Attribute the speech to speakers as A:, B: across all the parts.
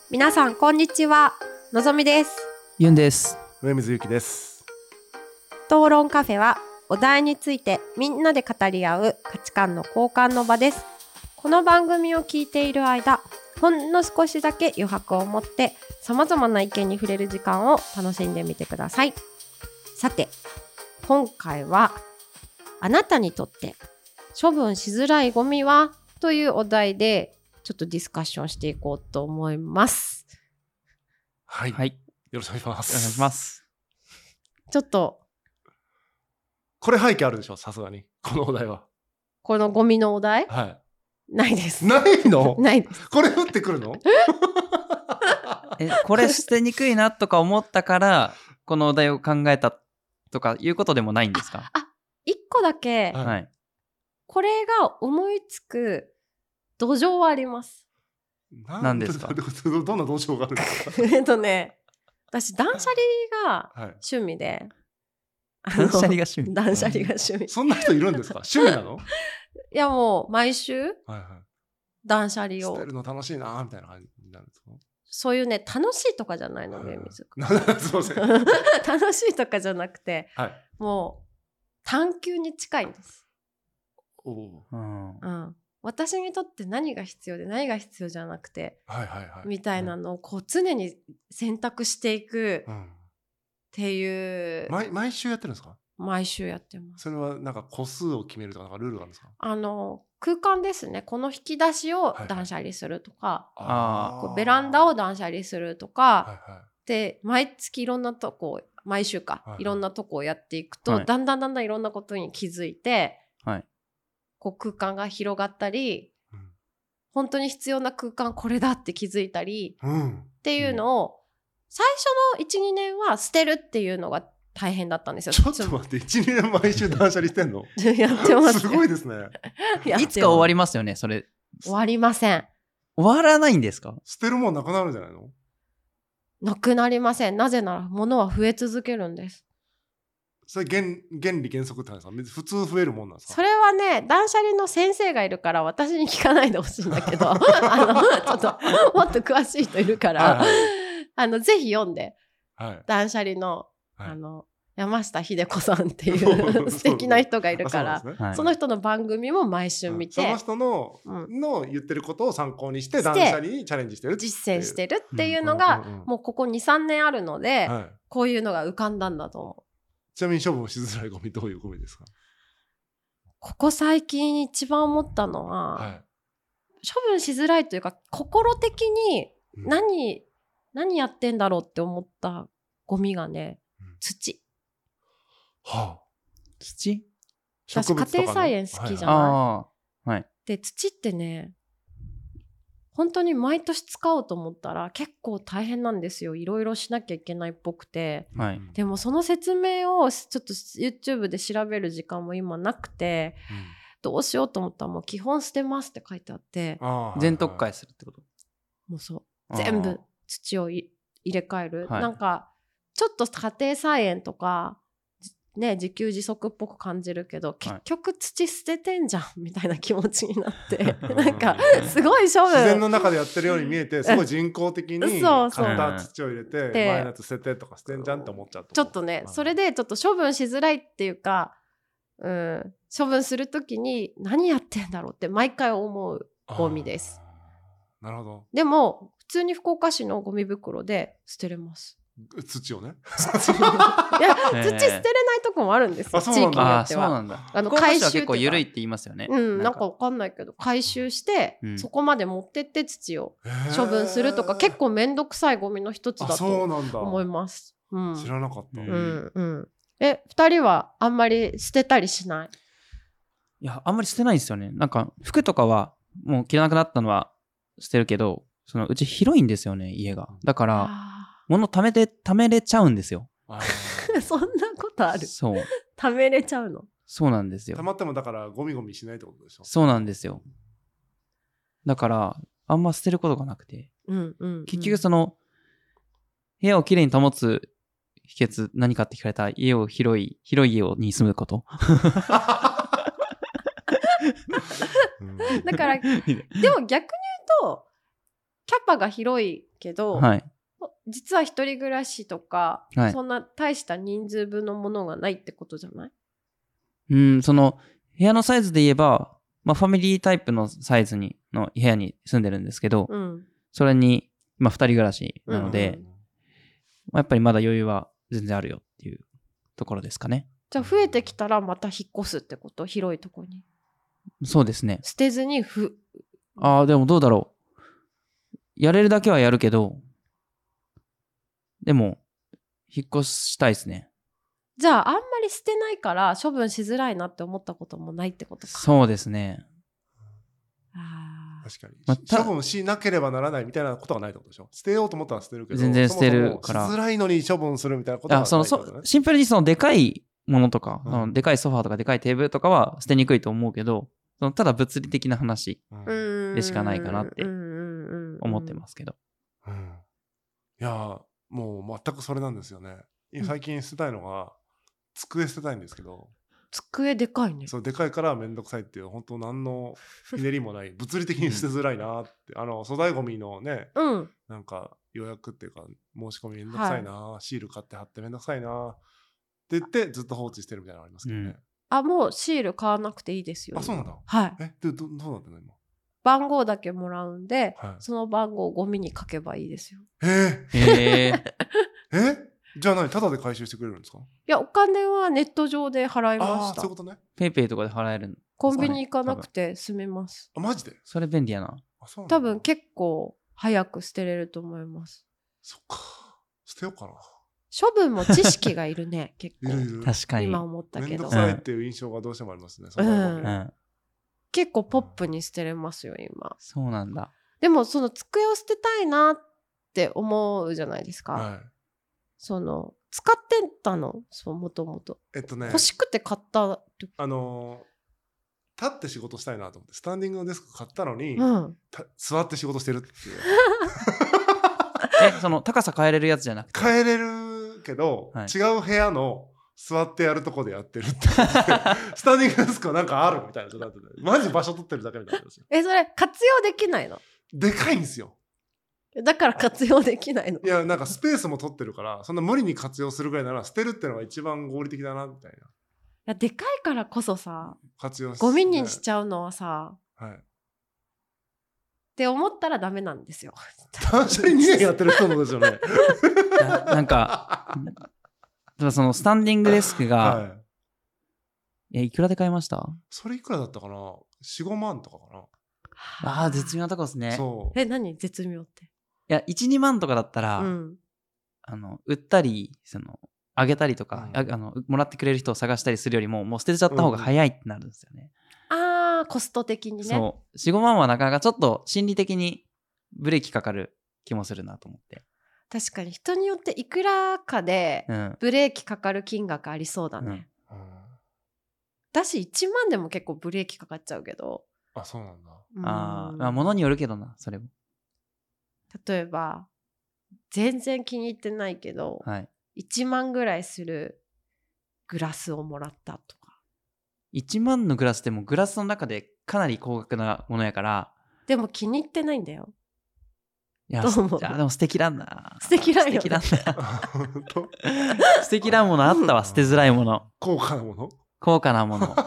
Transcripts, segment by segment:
A: 皆さんこんにちは、のぞみです。
B: ゆんです。
C: 上水ゆきです。
A: 討論カフェはお題についてみんなで語り合う価値観の交換の場です。この番組を聞いている間、ほんの少しだけ余白を持って様々な意見に触れる時間を楽しんでみてください。さて、今回はあなたにとって処分しづらいゴミはというお題でちょっとディスカッションしていこうと思います。
C: はい、
B: はい、
C: よろしくお願いします。
B: お願いします。
A: ちょっと
C: これ背景あるでしょ、さすがにこのお題は。
A: このゴミのお題、
C: はい、
A: ないです。
C: ないの？
A: ないです。
C: これ降ってくるの？
B: これ捨てにくいなとか思ったからこのお題を考えたとかいうことでもないんですか？
A: 一個だけ、
C: はい
B: はい。
A: これが思いつく土壌はあります。
B: 何ですか？
C: どんな土壌があるんですか？
A: 私断捨離が
C: はい、
A: 趣味で、
B: 断捨離が趣味。
A: 断捨離が趣味。
C: そんな人いるんですか？趣味なの？
A: いやもう毎週
C: はいはい、
A: 断捨離を
C: 捨てるの楽しいなみたいな感じになるんですか？
A: そういうね、楽しいとかじゃないの、上水君。
C: すいません。
A: 楽しいとかじゃなくて、
C: はい、
A: もう探求に近いんです。
C: おー、
B: うん
A: うん、私にとって何が必要で何が必要じゃなくて、
C: はいはいはい、
A: みたいなのをこう常に選択していく
C: うん、
A: っていう、
C: 毎週やってるんですか？
A: 毎週やってます。
C: それはなんか個数を決めるとかなんかルールがあるんですか？
A: 空間ですね。この引き出しを断捨離するとか、
B: あ
A: こうベランダを断捨離するとか、
C: はいはい、
A: で毎月いろんなとこ、毎週か、
C: はいはい、
A: いろんなとこをやっていくと、
B: はい
A: だんだんいろんなことに気づいて、
B: はい。
A: こう空間が広がったり、
C: うん、
A: 本当に必要な空間これだって気づいたり、
C: うん、
A: っていうのを、最初の 1,2 年は捨てるっていうのが大変だったんですよ。
C: ちょっと待って、1、2年毎週断捨離してんの？
A: やってます。
C: すごいですね。
B: いつか終わりますよね、それ。
A: 終わりません。
B: 終わらないんですか？
C: 捨てるもんなくなるんじゃないの？
A: なくなりません。なぜなら物は増え続けるんです。
C: それ原理原則って話ですか？普通増えるもんなんですか？
A: それはね、断捨離の先生がいるから私に聞かないでほしいんだけどちょっともっと詳しい人いるから、はいはい、ぜひ読んで、はい、断捨離の、はい、山下秀子さんっていう素敵な人がいるから、 その人の番組も毎週見て、
C: その人の言ってることを参考にして断捨離にチャレンジしてる、
A: 実践してるっていうのが、もうここ 2,3 年あるので、はい、こういうのが浮かんだんだと思う。
C: ちなみに処分しづらいゴミどういうゴミですか？
A: ここ最近一番思ったのは、はい、処分しづらいというか心的に何やってんだろうって思ったゴミがね、土。
C: はあ、
B: 土？
A: 私家庭菜園好きじゃない？
B: はいはい、
A: で土ってね、本当に毎年使おうと思ったら結構大変なんですよ。いろいろしなきゃいけないっぽくて、はい、でもその説明をちょっと YouTube で調べる時間も今なくて、どうしようと思ったらもう基本捨てますって書いてあって、
B: 全特化するってこと？
A: もうそう全部土を入れ替える、はい、なんかちょっと家庭菜園とかね、自給自足っぽく感じるけど、結局土捨ててんじゃんみたいな気持ちになってなんかすごい処分、
C: 自然の中でやってるように見えてすごい人工的に買った土を入れて前のやつ捨ててとか捨てんじゃんって思っちゃうと、
A: ちょっとね、それでちょっと処分しづらいっていうか、処分するときに何やってんだろうって毎回思うゴミです。
C: なるほど。
A: でも普通に福岡市のゴミ袋で捨てれます。
C: 土をね
A: いや土捨てれないとこもあるんですよ、地域によっては。
B: そうなんだ。福岡市は結構緩いって言いますよね。
A: なんかわかんないけど回収して、そこまで持ってって土を処分するとか、結構めんどくさいゴミの一つだと思います。
C: 知らなかった。
A: 2人はあんまり捨てたりしない？
B: いや、あんまり捨てないですよね。なんか服とかはもう着れなくなったのは捨てるけど、うち広いんですよね、家が。だから物貯めれちゃうんですよ。
A: そんなことある？
B: そう。
A: 貯めれちゃうの？
B: そうなんですよ。
C: 溜まってもだからゴミゴミしないってことでしょ？
B: そうなんですよ。だからあんま捨てることがなくて、結局部屋をきれいに保つ秘訣何かって聞かれたら、広い家に住むこと。
A: だからでも逆に言うとキャパが広いけど、
B: はい、
A: 実は一人暮らしとか、
B: はい、
A: そんな大した人数分のものがないってことじゃない？
B: その部屋のサイズで言えば、まあ、ファミリータイプのサイズの部屋に住んでるんですけど、それに、まあ、2人暮らしなので、まあ、やっぱりまだ余裕は全然あるよっていうところですかね。
A: じゃあ増えてきたらまた引っ越すってこと？広いとこに。
B: そうですね。
A: 捨てずに
B: でもどうだろう。やれるだけはやるけど、でも引っ越したいですね。
A: じゃああんまり捨てないから処分しづらいなって思ったこともないってことか。
B: そうですね。
C: 確かに、処分しなければならないみたいなことはないってことでしょ。捨てようと思ったら捨てるけど、
B: 全然捨てるから、
C: そもそもしづらいのに処分するみたいなことはないってことね。
B: シンプルにそのでかいものとか、でかいソファーとかでかいテーブルとかは捨てにくいと思うけど、ただ物理的な話でしかないかなって思ってますけど。
C: いやもう全くそれなんですよね。最近捨てたいのが机捨てたいんですけど、
A: 机でかいね。
C: そうでかいからめんどくさいっていう、本当何のひねりもない物理的に捨てづらいなって粗大ごみのね、なんか予約っていうか申し込みめんどくさいな、シール買って貼ってめんどくさいなって言ってずっと放置してるみたいなのありますけどね。
A: もうシール買わなくていいですよ。
C: そうなんだ。
A: はい。
C: でどうなってんの今？
A: 番号だけもらうんで、その番号をゴミに書けばいいですよ。
C: じゃあタダで回収してくれるんですか？い
A: や、お金はネット上で払いました。
C: そういうことね。
B: ペイペイとかで払えるの？
A: コンビニ行かなくて済めます。
C: マジで？
B: それ便利やな。
A: 多分結構早く捨てれると思います。
C: そっか。捨てようかな。
A: 処分も知識がいるね。結構。
C: いる
B: 確かに。
A: 今思ったけど。
C: めんどくさいっていう印象がどうしてもありますね。
A: 結構ポップに捨てれますよ今。
B: そうなんだ。
A: でもその机を捨てたいなって思うじゃないですか。使ってたの？もともと。欲しくて買った。
C: 立って仕事したいなと思ってスタンディングのデスク買ったのに、座って仕事してるっていう。
B: 高さ変えれるやつじゃなくて？
C: 変えれるけど、違う部屋の座ってやるとこでやってるってスタンディングデスクはなんかあるみたいなことだって、マジ場所取ってるだけみたいなんですよ。
A: それ活用できないの？で
C: かいんですよ。
A: だから活用できないの？
C: いや、なんかスペースも取ってるから、そんな無理に活用するぐらいなら捨てるってのが一番合理的だなみたいな。
A: いや、でかいからこそさ、
C: 活用
A: ゴミにしちゃうのはさ、って思ったらダメなんですよ。
C: 単純に2年やってる人のですよね。
B: なんかそのスタンディングデスクが、いくらで買いました？
C: それいくらだったかな？ 4,5 万とかか
B: な。絶妙なとこですね。
A: 何絶妙って？
B: いや、1、2万とかだったら、売ったりあげたりとか、もらってくれる人を探したりするよりも、もう捨てちゃった方が早いってなるんですよね。
A: コスト的にね。
B: そう。4、5万はなかなかちょっと心理的にブレーキかかる気もするなと思って。
A: 確かに人によっていくらかでブレーキかかる金額ありそうだね。だし1万でも結構ブレーキかかっちゃうけど。
C: そうなん
B: だ。物によるけどな、それも。
A: 例えば全然気に入ってないけど、1万ぐらいするグラスをもらったとか。
B: 1万のグラスでもグラスの中でかなり高額なものやから。
A: でも気に入ってないんだよ。
B: いや、でも素敵なんだ。
A: 素敵なんよ。
B: 素敵なものあったわ、捨てづらいもの。
C: 高価なもの？
B: 高価なもの。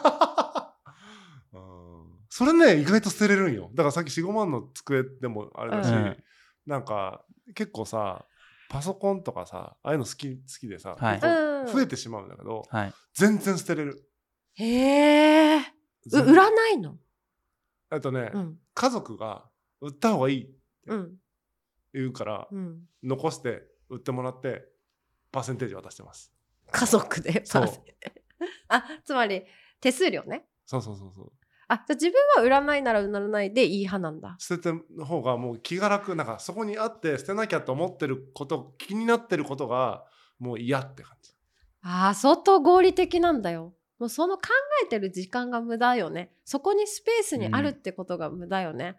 C: それね、意外と捨てれるんよ。だからさっき4、5万の机でもあれだし、なんか結構さ、パソコンとかさ、ああいうの好きでさ、増えてしまうんだけど、全然捨てれる。
A: へー。売らないの？
C: 家族が売った方がいいって言うから、残して売ってもらってパーセンテージ渡してます。
A: 家族でパーセンテージ。つまり手数料ね。
C: そう。
A: じゃあ自分は売らないなら売らないでいい派なんだ。
C: 捨てての方がもう気が楽。なんかそこにあって捨てなきゃと思ってること、気になってることがもう嫌って感じ。
A: 相当合理的なんだよ。もうその考えてる時間が無駄よね。そこにスペースにあるってことが無駄よね。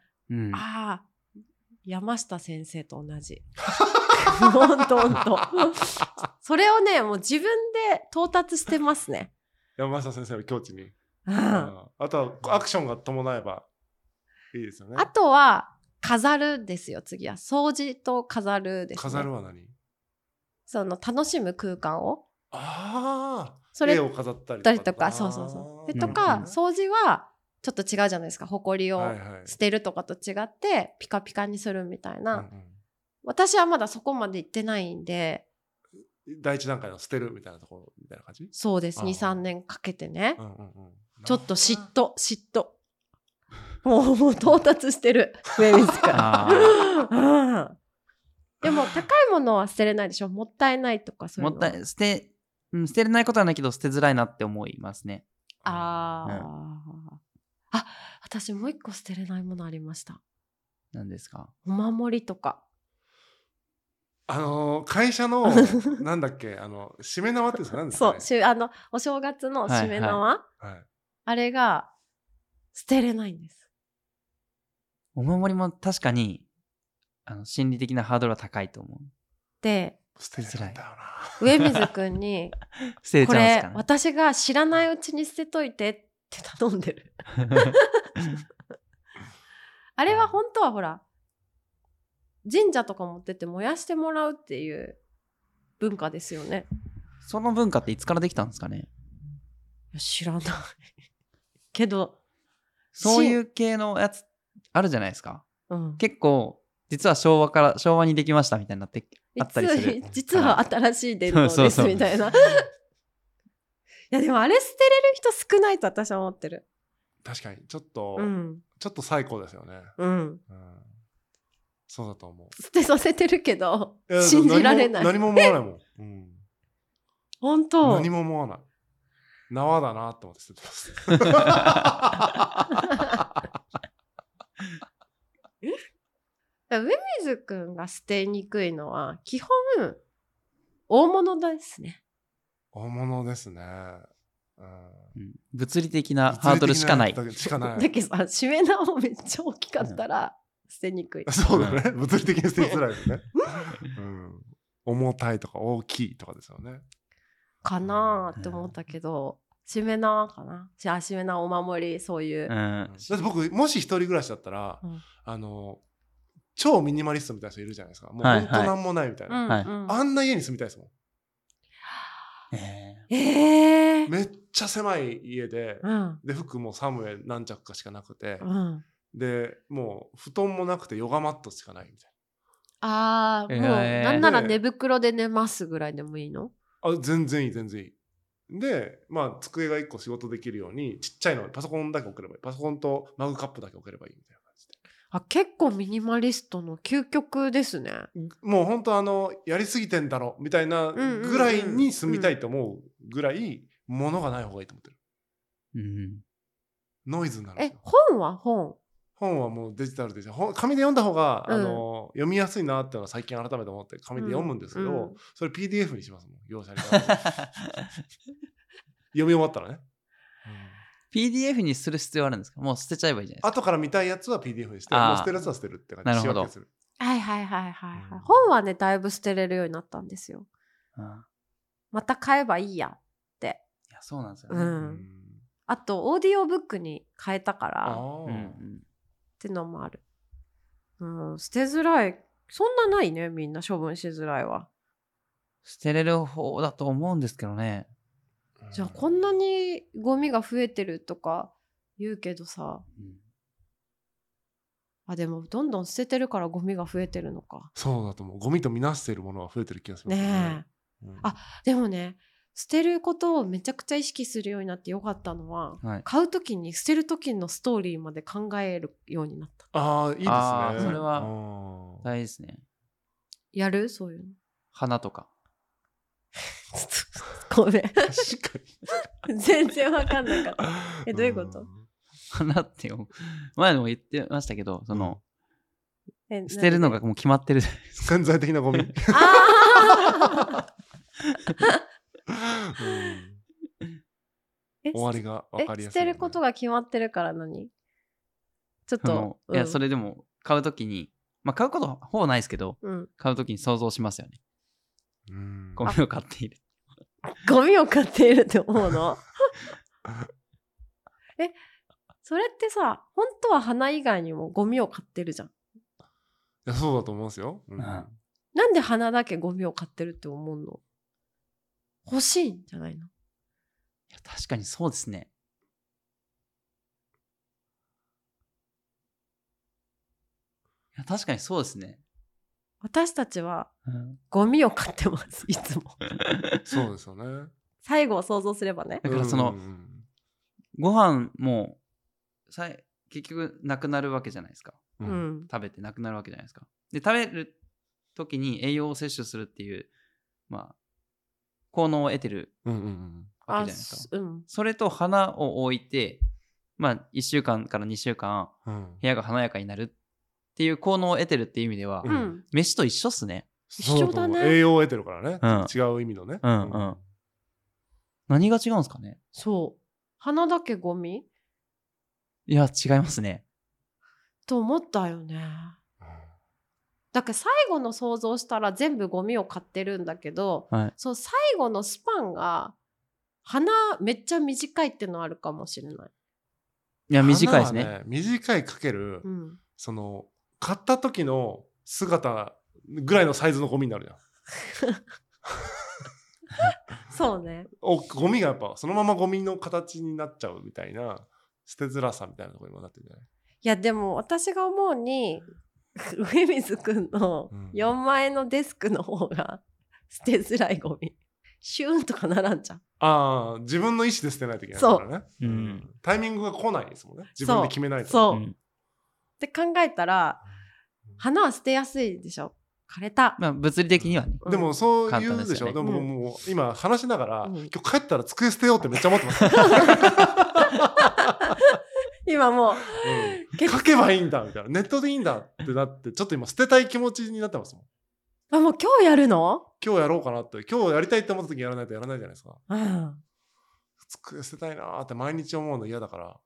A: 山下先生と同じ。ほんと。それをね、もう自分で到達してますね。
C: 山下先生の境地に。あとはアクションが伴えばいいですよね。
A: あとは飾るですよ。次は掃除と飾るですね。
C: 飾るは何？
A: その楽しむ空間を。
C: それ絵を飾ったりとか。
A: そうとか、掃除はちょっと違うじゃないですか。ほこりを捨てるとかと違ってピカピカにするみたいな、私はまだそこまで行ってないんで、
C: 第一段階の捨てるみたいなところみたいな感じ。
A: そうです。2、3年かけてね、ちょっと嫉妬もう到達してる上水君でも高いものは捨てれないでしょ。もったいないとかそういうの。
B: 捨てれないことはないけど捨てづらいなって思いますね。
A: 私もう一個捨てれないものありました。
B: 何ですか？
A: お守りとか。
C: 会社のなんだっけしめ縄って何ですかね。
A: そう、お正月のしめ縄、あれが捨てれないんです。
B: お守りも確かに心理的なハードルは高いと思う。
A: で、
C: 捨てれないんだよな。
A: 上水くんにこれ私が知らないうちに捨てといてって頼んでるあれは本当はほら神社とか持ってって燃やしてもらうっていう文化ですよね。
B: その文化っていつからできたんですかね？
A: いや知らないけど
B: そういう系のやつあるじゃないですか、結構実は昭和にできましたみたいになってあったりする。
A: 実は新しい伝統ですみたいな。いやでもあれ捨てれる人少ないと私は思ってる。
C: 確かにちょっと最高ですよね。そうだと思う。
A: 捨てさせてるけど信じられない。
C: 何も思わないもん。
A: 本当。
C: 何も思わない。縄だなって思って捨ててます。
A: 上水くんが捨てにくいのは基本大物ですね。
C: 大物ですね。
B: 物理的なハードルしかない。
A: だけどさ、しめ縄めっちゃ大きかったら捨てにくい。
C: そうだね。物理的に捨てづらいですね。重たいとか大きいとかですよね。
A: かなーって思ったけど、しめ縄かな。しめ縄お守りそういう。だ
C: って僕もし一人暮らしだったら、超ミニマリストみたいな人いるじゃないですか。もう本当なんもないみたいな。あんな家に住みたいですもん。めっちゃ狭い家で、で服もサムエ何着かしかなくて、でもう布団もなくてヨガマットしかないみたい
A: な。もうなんなら寝袋で寝ますぐらいでもいいの？
C: 全然いい全然いい。で机が1個仕事できるようにちっちゃいのパソコンだけ置ければいい。パソコンとマグカップだけ置ければいいみたいな感じで。
A: 結構ミニマリストの究極ですね。
C: もう本当やりすぎてんだろみたいなぐらいに住みたいと思うぐらい物がない方がいいと思ってる。ノイズになるんですよ。本はもうデジタルで紙で読んだ方が、読みやすいなっていうのは最近改めて思って紙で読むんですけど、それ PDF にしますもん業者に読み終わったらね。
B: PDF にする必要あるんですか？もう捨てちゃえばいいじゃないですか。
C: 後から見たいやつは PDF にして、もう捨てるやつは捨てるって感じで仕分けする。
A: 本はねだいぶ捨てれるようになったんですよ。また買えばいいやって。
B: いやそうなんですよね。
A: あとオーディオブックに変えたからってのもある。捨てづらい。そんなないね。みんな処分しづらいわ。
B: 捨てれる方だと思うんですけどね。
A: じゃあこんなにゴミが増えてるとか言うけどさ、でもどんどん捨ててるからゴミが増えてるのか。
C: そうだと思う。ゴミとみなしているものは増えてる気がしますね。
A: でもね捨てることをめちゃくちゃ意識するようになってよかったのは、買うときに捨てるときのストーリーまで考えるようになった。
C: いいですね。
B: それは大事ですね。
A: やるそういうの。
B: 花とか。
A: ごめん。
C: 確か
A: に。全然わかんなかった。どういうこと？
B: 花って前でも言ってましたけど、捨てるのがもう決まってる。
C: 潜在的なゴミ。終わりが分かりやすい。
A: 捨てることが決まってるから何？ちょっと
B: いやそれでも買うときに買うことほぼないですけど、買うときに想像しますよね。ゴミを買っている。
A: ゴミを買っているって思うの？それってさ、本当は花以外にもゴミを買ってるじゃん。
C: いやそうだと思うんですよ、
A: なんで花だけゴミを買ってるって思うの？欲しいんじゃないの？い
B: や確かにそうですね。いや確かにそうですね。
A: 私たちはゴミを買ってますいつも
C: そうですよね。
A: 最後を想像すればね。
B: だからその、ご飯も結局なくなるわけじゃないですか、食べてなくなるわけじゃないですか。で食べる時に栄養を摂取するっていう効能を得てるわけじゃないですか、それと花を置いて1週間から2週間部屋が華やかになるっていう効能を得てるっていう意味では、飯と一緒っすね。
A: 一緒だね。
C: 栄養を得てるからね、違う意味のね。
B: 何が違うんですかね。
A: そう。花だけゴミ？
B: いや違いますね。
A: と思ったよね。だから最後の想像したら全部ゴミを買ってるんだけど、その最後のスパンが花めっちゃ短いっていうのあるかもしれない。
B: いや短いですね。
C: 短いかける、その買った時の姿ぐらいのサイズのゴミになるじゃん
A: そうね。
C: ゴミがやっぱそのままゴミの形になっちゃうみたいな捨てづらさみたいなところにもなってるんじゃない？
A: いやでも私が思うに上水くんの4万円のデスクの方が捨てづらいゴミ。シューンとかならんじゃん。
C: ああ、自分の意思で捨てないといけないからね。タイミングが来ないですもんね。自分で決めないと。
A: そう。って考えたら花は捨てやすいでしょ。枯れた。
B: 物理的にはね。
C: でもそう言うでしょ。でももう今話しながら、今日帰ったら机捨てようってめっちゃ思ってます。
A: 今もう、
C: 書けばいいんだみたいな、ネットでいいんだってなって、ちょっと今捨てたい気持ちになってますもん。
A: あ、もう今日やるの？
C: 今日やろうかなって。今日やりたいって思った時やらないとやらないじゃないですか。机捨てたいなって毎日思うの嫌だから。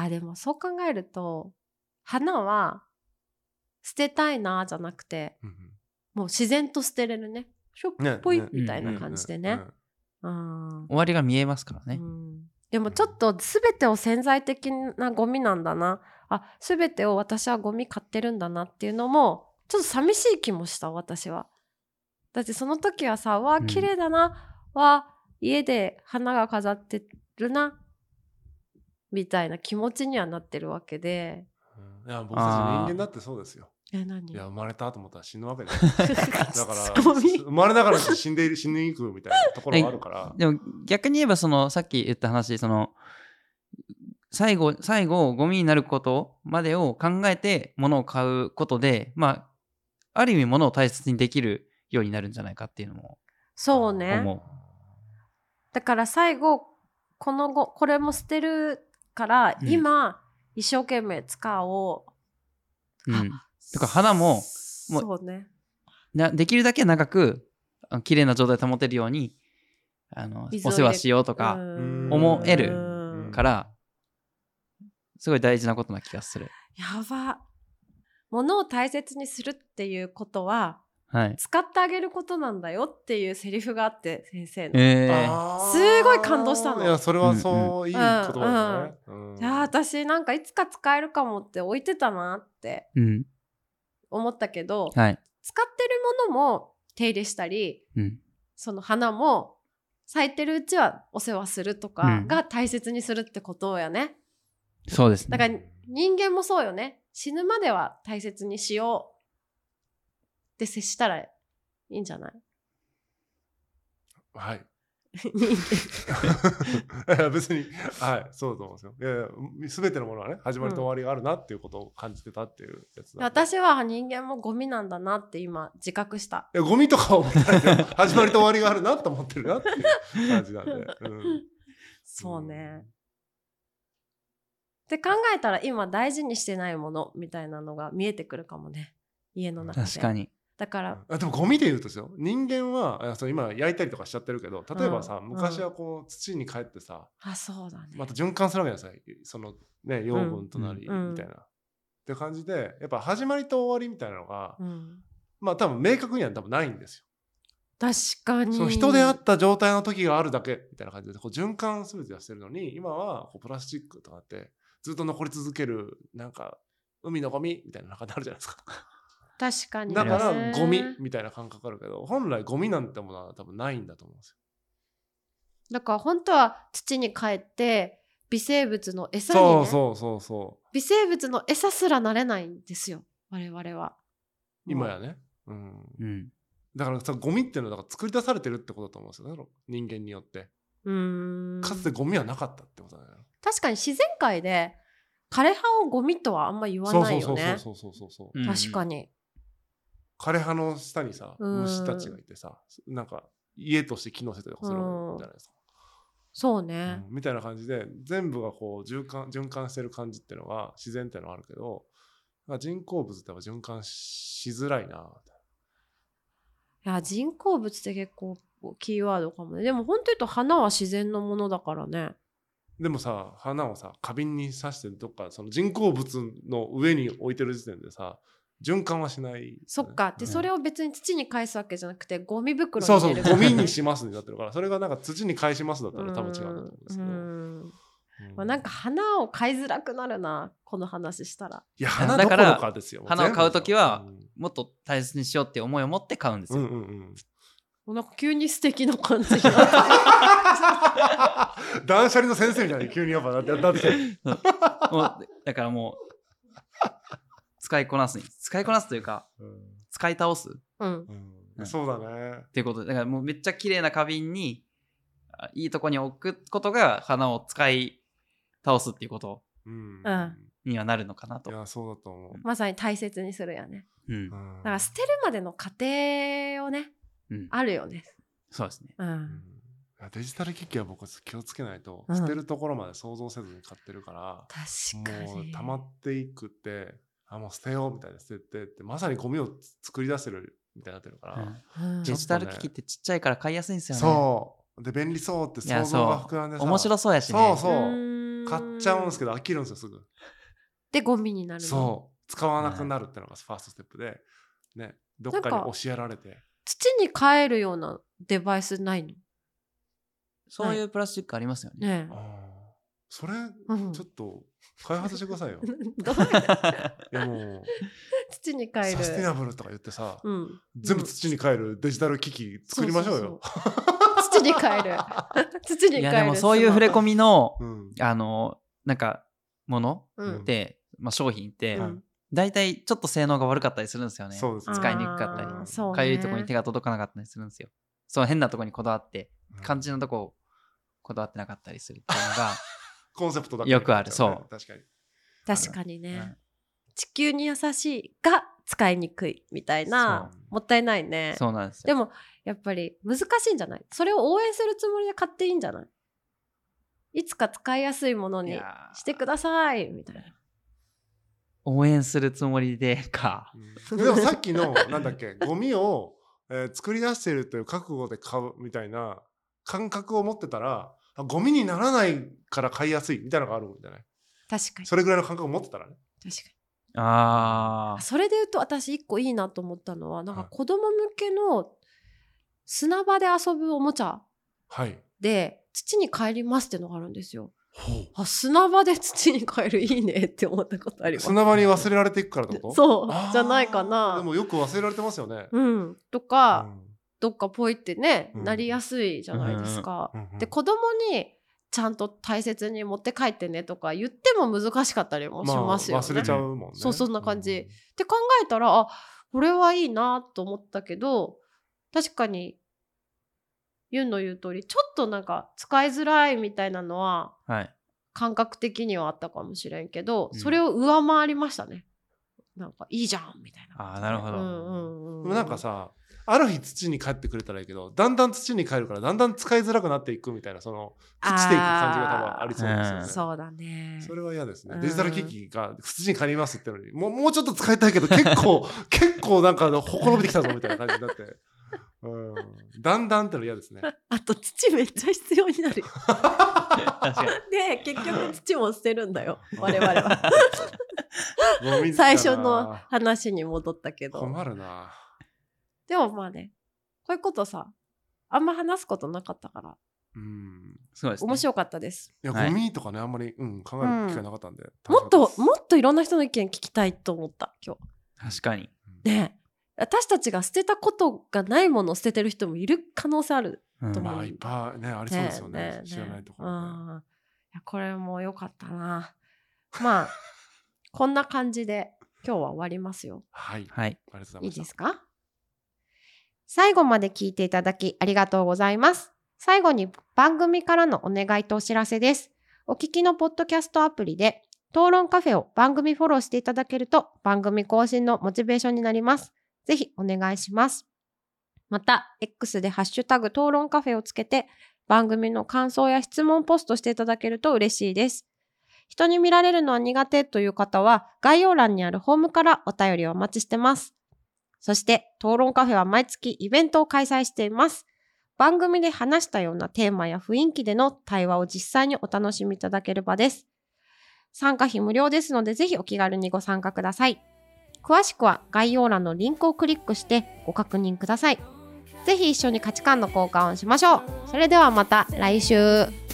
A: でもそう考えると花は捨てたいなじゃなくて、もう自然と捨てれるね。しょっぽいみたいな感じでね。
B: 終わりが見えますからね。
A: でもちょっと全てを潜在的なゴミなんだな。全てを私はゴミ買ってるんだなっていうのもちょっと寂しい気もした。私はだってその時はさ、わ綺麗だな、家で花が飾ってるなみたいな気持ちにはなってるわけで、
C: いや僕たち人間だってそうですよ。
A: 何？
C: いや生まれたと思ったら死ぬわけですだから生まれながら死に行くみたいなところがあるから
B: でも逆に言えばさっき言った話、最後ゴミになることまでを考えて物を買うことで、ある意味物を大切にできるようになるんじゃないかっていうのも
A: そうね。
B: 思う。
A: だから最後これも捨てるから、今一生懸命使おう。
B: とか花も
A: そうね。
B: できるだけ長く綺麗な状態保てるようにお世話しようとか思えるからすごい大事なことな気がする。
A: やば。物を大切にするっていうことは、使ってあげることなんだよっていうセリフがあって、先生の、すごい感動したの。
C: いやそれはそういい言葉ですね。
A: いや私なんかいつか使えるかもって置いてたなって思ったけど、使ってるものも手入れしたり、その花も咲いてるうちはお世話するとかが大切にするってことやね。
B: そうですね。
A: だから人間もそうよね。死ぬまでは大切にしようって接したらいいんじゃない？
C: はい。別にそうだと思うんですよ。全てのものはね、始まりと終わりがあるなっていうことを感じてたっていうやつだ。
A: 私は人間もゴミなんだなって今自覚した。
C: ゴミとか思ってないけど始まりと終わりがあるなと思ってるなっていう感じなんで、
A: そうね。って考えたら今大事にしてないものみたいなのが見えてくるかもね、家の中で。
B: 確かに。
A: だから
C: でもゴミで言うとですよ、人間は今焼いたりとかしちゃってるけど、例えばさ、昔はこう土に帰ってさ、
A: そうだね、
C: また循環するわけじゃないですか、そのね養分となりみたいな、って感じで、やっぱ始まりと終わりみたいなのが、多分明確には多分ないんですよ。
A: 確かに。
C: その人であった状態の時があるだけみたいな感じでこう循環全てはしてるのに、今はこうプラスチックとかってずっと残り続けるなんか海のゴミみたいな中であるじゃないですか。
A: 確かに、
C: だからゴミみたいな感覚あるけど、本来ゴミなんてものは多分ないんだと思うんですよ。
A: だから本当は土に帰って微生物の餌にね、
C: そう
A: 微生物の餌すらなれないんですよ我々は
C: 今やね、だからさ、ゴミっていうのはだから作り出されてるってことだと思うんですよね、人間によって。かつてゴミはなかったってことだよね。
A: 確かに自然界で枯れ葉をゴミとはあんま言わないよね。そう確かに
C: 枯れ葉の下にさ虫たちがいてさ、なんか家として機能してたりするじゃないですか。
A: そうね、
C: みたいな感じで全部がこう循環してる感じっていうのが自然っていうのはあるけど、人工物ってやっぱ循環しづらいな。
A: いや人工物って結構キーワードかもね。でも本当言うと花は自然のものだからね。
C: でもさ、花をさ花瓶に刺してどっかその人工物の上に置いてる時点でさ循環はしない、ね。
A: そっか。でそれを別に土に返すわけじゃなくてゴミ袋に入れる、
C: ゴミにしますになってるから、それがなんか土に返しますだったら多分違うんだと思うんですけど、
A: なんか花を買いづらくなるなこの話したら。
C: いや花どころかですよ。
B: 花を買うときはもっと大切にしようって思いを持って買うんですよ。
A: なんか急に素敵な感じ
C: 断捨離の先生みたいに急にやっぱだって
B: だからもう使いこなすというか、使い倒す、
C: そうだね
B: っていうことで、だからもうめっちゃ綺麗な花瓶にいいとこに置くことが花を使い倒すっていうことにはなるのかなと。
C: いやそうだと思う。
A: まさに大切にするよね。だから捨てるまでの過程をね、あるよね。
B: そうですね。
C: デジタル機器は僕気をつけないと、捨てるところまで想像せずに買ってるから、
A: 確かに
C: もう溜まっていくってもう捨てようみたいな、捨ててってまさにゴミを作り出してるみたいになってるから、
B: デジタル機器ってちっちゃいから買いやすいんですよね。
C: そうで便利そうって想像が膨らんでさ、
B: 面白そうやしね。
C: 買っちゃうんですけど飽きるんですよすぐ。
A: でゴミになるの。
C: そう使わなくなるってのがファーストステップでね、どっかに教えられて。
A: 土に帰るようなデバイスないの？
B: そういうプラスチックありますよね。
C: それ、ちょっと開発してくださいよ。いやもう
A: 土に帰る
C: サステナブルとか言ってさ、全部土に帰るデジタル機器作りましょうよ。
A: 土に帰る土に帰る。いや
B: でもそういう触れ込みのなんかもので、商品ってだいたいちょっと性能が悪かったりするんですよね。使いにくかったり、かゆいところに手が届かなかったりするんですよ。そう変なところにこだわって肝心なとこをこだわってなかったりするっていうのが
C: コンセプトだ
B: よくある。そう
A: 確かにね、地球に優しいが使いにくいみたいな、もったいないね。
B: そうなんですよ。
A: でもやっぱり難しいんじゃない？それを応援するつもりで買っていいんじゃない？いつか使いやすいものにしてくださいみたいな。
B: 応援するつもりでか、
C: でもさっきのなんだっけゴミを、作り出しているという覚悟で買うみたいな感覚を持ってたら、ゴミにならないから買いやすいみたいなのがあるんじゃない？
A: 確かに。
C: それぐらいの感覚を持ってたらね。
A: 確か
B: に。
A: それで言うと私一個いいなと思ったのは、なんか子供向けの砂場で遊ぶおもちゃで土に帰りますっていうのがあるんですよ。砂場で土に帰るいいねって思ったことあります。
C: 砂場に忘れられていくからってこと？
A: そうじゃないかな。
C: でもよく忘れられてますよね。
A: とか、どっかポイってね、なりやすいじゃないですか。で子供にちゃんと大切に持って帰ってねとか言っても難しかったりもしますよね。
C: 忘れちゃうもんね。
A: そんな感じ、って考えたらこれはいいなと思ったけど、確かにユンの言う通りちょっとなんか使いづらいみたいなのは、感覚的にはあったかもしれんけど、それを上回りましたね。なんかいいじゃんみたいな。
B: なるほど。
C: でもなんかさ、ある日土に帰ってくれたらいいけど、だんだん土に帰るからだんだん使いづらくなっていくみたいな、その朽ちていく感じが多分ありそうですよね。
A: そうだね。
C: それは嫌ですね。デジタル機器が土に帰りますってのに、もうちょっと使いたいけど結構なんかほころびてきたぞみたいな感じになって。だんだんっての嫌ですね。
A: あと土めっちゃ必要になるよ。で結局土も捨てるんだよ我々は。最初の話に戻ったけど。
C: 困るな。
A: でもまあね、こういうことさあんま話すことなかったから
B: そうですね、
A: 面白かったです。
C: いや、ゴミとかね、あんまり、考える機会なかったんで、
A: もっといろんな人の意見聞きたいと思った今
B: 日。確かに
A: ね。私たちが捨てたことがないものを捨ててる人もいる可能性あると思う。
C: いっぱいねありそうですよね。知らないところね。
A: いやこれも良かったな。まあこんな感じで今日は終わりますよ。
C: はい、
B: はい、
C: ありがとうございました。
A: いいですか？最後まで聞いていただきありがとうございます。最後に番組からのお願いとお知らせです。お聞きのポッドキャストアプリで討論カフェを番組フォローしていただけると番組更新のモチベーションになります。ぜひお願いします。また X でハッシュタグ討論カフェをつけて番組の感想や質問ポストしていただけると嬉しいです。人に見られるのは苦手という方は概要欄にあるフォームからお便りをお待ちしてます。そして討論カフェは毎月イベントを開催しています。番組で話したようなテーマや雰囲気での対話を実際にお楽しみいただける場です。参加費無料ですのでぜひお気軽にご参加ください。詳しくは概要欄のリンクをクリックしてご確認ください。ぜひ一緒に価値観の交換をしましょう。それではまた来週。